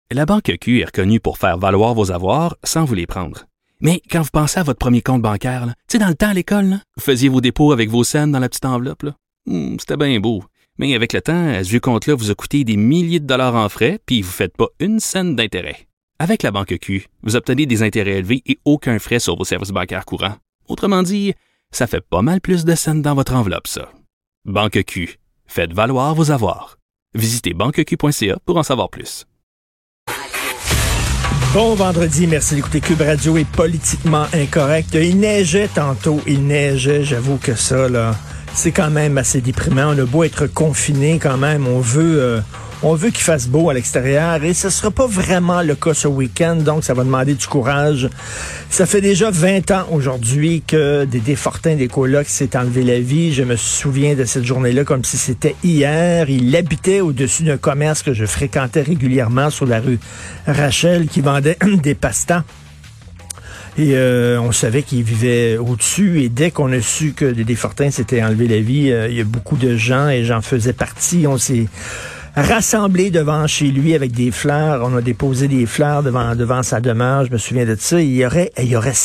La Banque Q est reconnue pour faire valoir vos avoirs sans vous les prendre. Mais quand vous pensez à votre premier compte bancaire, tu sais, dans le temps à l'école, là, vous faisiez vos dépôts avec vos scènes dans la petite enveloppe. Là. C'était bien beau. Mais avec le temps, ce vieux compte-là vous a coûté des milliers de dollars en frais, puis vous ne faites pas une scène d'intérêt. Avec la Banque Q, vous obtenez des intérêts élevés et aucun frais sur vos services bancaires courants. Autrement dit, ça fait pas mal plus de scènes dans votre enveloppe, ça. Banque Q. Faites valoir vos avoirs. Visitez banqueq.ca pour en savoir plus. Bon vendredi, merci d'écouter Cube Radio est politiquement incorrect. Il neigeait tantôt, j'avoue que ça, là, c'est quand même assez déprimant. On a beau être confiné quand même, on veut qu'il fasse beau à l'extérieur et ce sera pas vraiment le cas ce week-end, donc ça va demander du courage. Ça fait déjà 20 ans aujourd'hui que Dédé Fortin des colocs s'est enlevé la vie. Je me souviens de cette journée-là comme si c'était hier. Il habitait au-dessus d'un commerce que je fréquentais régulièrement sur la rue Rachel qui vendait des pastas. Et on savait qu'il vivait au-dessus. Et dès qu'on a su que Dédé Fortin s'était enlevé la vie, il y a beaucoup de gens, et j'en faisais partie, on s'est rassemblés devant chez lui avec des fleurs. On a déposé des fleurs devant sa demeure. Je me souviens de ça. Il y aurait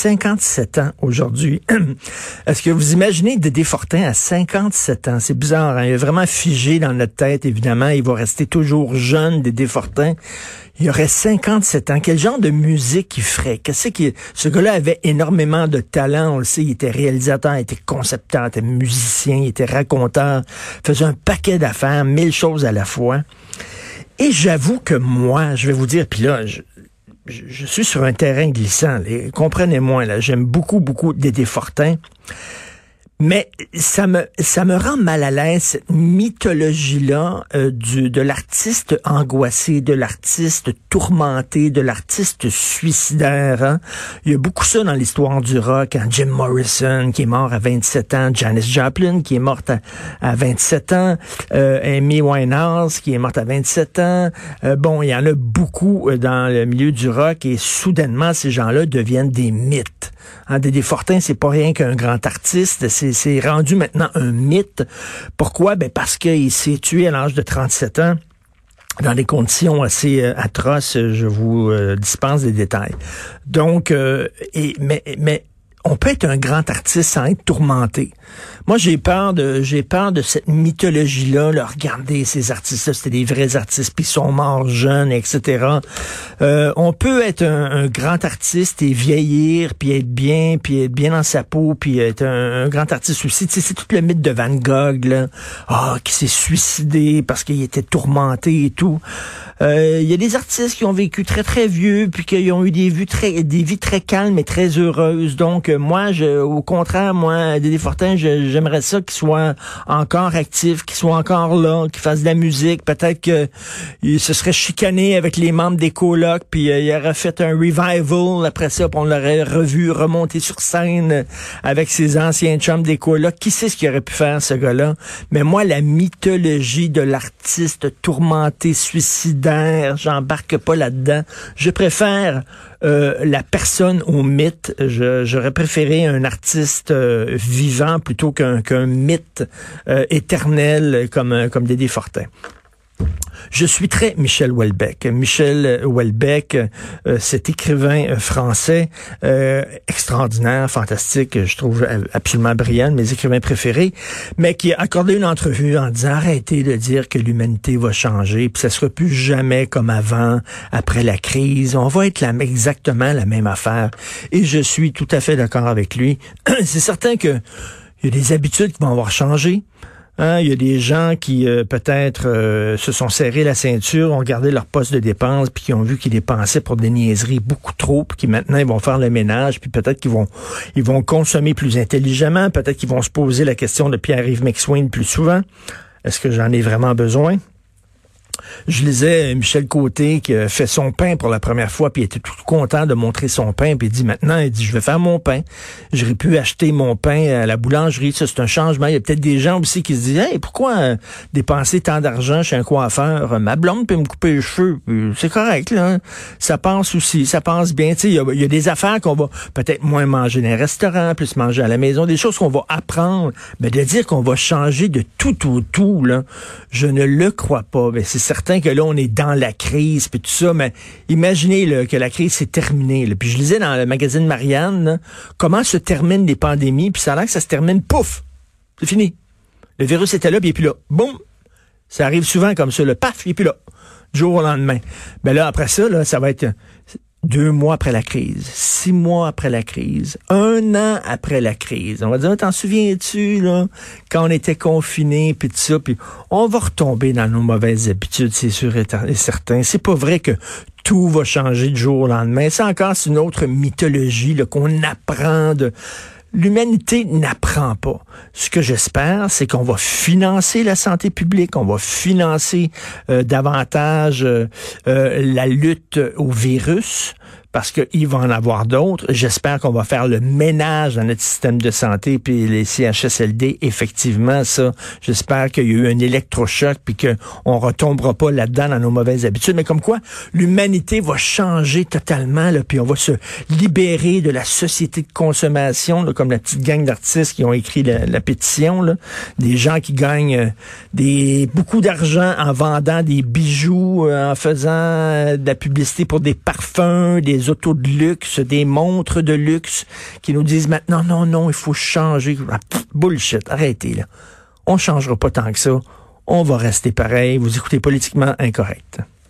57 ans aujourd'hui. Est-ce que vous imaginez Dédé Fortin à 57 ans? C'est bizarre, hein? Il est vraiment figé dans notre tête, évidemment. Il va rester toujours jeune, Dédé Fortin. Il aurait 57 ans. Quel genre de musique il ferait? Ce gars-là avait énormément de talent. On le sait, il était réalisateur, il était concepteur, il était musicien, il était raconteur, faisait un paquet d'affaires, 1000 choses à la fois. Et j'avoue que moi, je vais vous dire, puis là, je suis sur un terrain glissant. Comprenez-moi, là, j'aime beaucoup Dédé Fortin. Mais ça me rend mal à l'aise, cette mythologie-là de l'artiste angoissé, de l'artiste tourmenté, de l'artiste suicidaire. Hein? Il y a beaucoup ça dans l'histoire du rock. Hein? Jim Morrison, qui est mort à 27 ans. Janis Joplin, qui est morte à 27 ans. Amy Winehouse, qui est morte à 27 ans. Bon, il y en a beaucoup dans le milieu du rock et soudainement, ces gens-là deviennent des mythes. Hein? Dédé Fortin, c'est pas rien qu'un grand artiste, c'est rendu maintenant un mythe. Pourquoi? Ben parce qu'il s'est tué à l'âge de 37 ans dans des conditions assez atroces. Je vous dispense des détails. Donc, mais on peut être un grand artiste sans être tourmenté. Moi, j'ai peur de cette mythologie-là. Là, regardez, ces artistes-là, c'était des vrais artistes, puis ils sont morts jeunes, etc. On peut être un grand artiste et vieillir, puis être bien dans sa peau, puis être un grand artiste aussi. Tu sais, c'est tout le mythe de Van Gogh, là, qui s'est suicidé parce qu'il était tourmenté et tout. Il y a des artistes qui ont vécu très, très vieux, puis qui ont eu des vies très calmes et très heureuses. Donc, moi, au contraire, Dédé Fortin, j'aimerais ça qu'il soit encore actif, qu'il soit encore là, qu'il fasse de la musique. Peut-être qu'il se serait chicané avec les membres des colocs, puis il aurait fait un revival après ça, puis on l'aurait revu remonter sur scène avec ses anciens chums des colocs. Qui sait ce qu'il aurait pu faire, ce gars-là? Mais moi, la mythologie de l'artiste tourmenté, suicidaire, j'embarque pas là-dedans. Je préfère la personne au mythe. J'aurais préféré un artiste vivant plutôt qu'un mythe éternel comme Dédé Fortin. Je suis très Michel Houellebecq. Michel Houellebecq, cet écrivain français extraordinaire, fantastique, je trouve absolument brillant, mes écrivains préférés, mais qui a accordé une entrevue en disant arrêtez de dire que l'humanité va changer, puis ça sera plus jamais comme avant, après la crise, on va être exactement la même affaire. Et je suis tout à fait d'accord avec lui. C'est certain que il y a des habitudes qui vont avoir changé. Hein, il y a des gens qui peut-être se sont serrés la ceinture, ont gardé leur poste de dépense, puis qui ont vu qu'ils dépensaient pour des niaiseries beaucoup trop, puis qui maintenant ils vont faire le ménage, puis peut-être qu'ils vont consommer plus intelligemment, peut-être qu'ils vont se poser la question de Pierre-Yves McSwain plus souvent. Est-ce que j'en ai vraiment besoin? Je lisais Michel Côté qui a fait son pain pour la première fois, puis il était tout content de montrer son pain, puis il dit maintenant, je vais faire mon pain. J'aurais pu acheter mon pain à la boulangerie, ça c'est un changement. Il y a peut-être des gens aussi qui se disent hey, pourquoi dépenser tant d'argent chez un coiffeur? Ma blonde peut me couper les cheveux, c'est correct, là. Ça passe aussi, ça passe bien. Tu sais, il y a des affaires qu'on va peut-être moins manger dans les restaurants, plus manger à la maison, des choses qu'on va apprendre, mais de dire qu'on va changer de tout au tout, là, je ne le crois pas. Mais c'est certain que là, on est dans la crise, puis tout ça, mais imaginez là, que la crise s'est terminée. Là. Puis je lisais dans le magazine Marianne, là, comment se terminent les pandémies, puis ça a l'air que ça se termine, pouf, c'est fini. Le virus était là, puis il est plus là. Boum! Ça arrive souvent comme ça, le paf, il est plus là. Du jour au lendemain. Ben là, après ça, là, ça va être 2 mois après la crise, 6 mois après la crise, 1 an après la crise. On va dire, t'en souviens-tu, là, quand on était confinés, puis tout ça, puis on va retomber dans nos mauvaises habitudes, c'est sûr et certain. C'est pas vrai que tout va changer du jour au lendemain. C'est encore une autre mythologie là, qu'on apprend de... L'humanité n'apprend pas. Ce que j'espère, c'est qu'on va financer la santé publique, on va financer davantage la lutte au virus, parce qu'il va en avoir d'autres. J'espère qu'on va faire le ménage dans notre système de santé, puis les CHSLD, effectivement, ça, j'espère qu'il y a eu un électrochoc, puis qu'on retombera pas là-dedans dans nos mauvaises habitudes. Mais comme quoi, l'humanité va changer totalement, là, puis on va se libérer de la société de consommation, là, comme la petite gang d'artistes qui ont écrit la pétition, là, des gens qui gagnent beaucoup d'argent en vendant des bijoux, en faisant de la publicité pour des parfums, des autos de luxe, des montres de luxe, qui nous disent maintenant, non, il faut changer. Ah, bullshit, arrêtez, là. On changera pas tant que ça. On va rester pareil. Vous écoutez Politiquement Incorrect.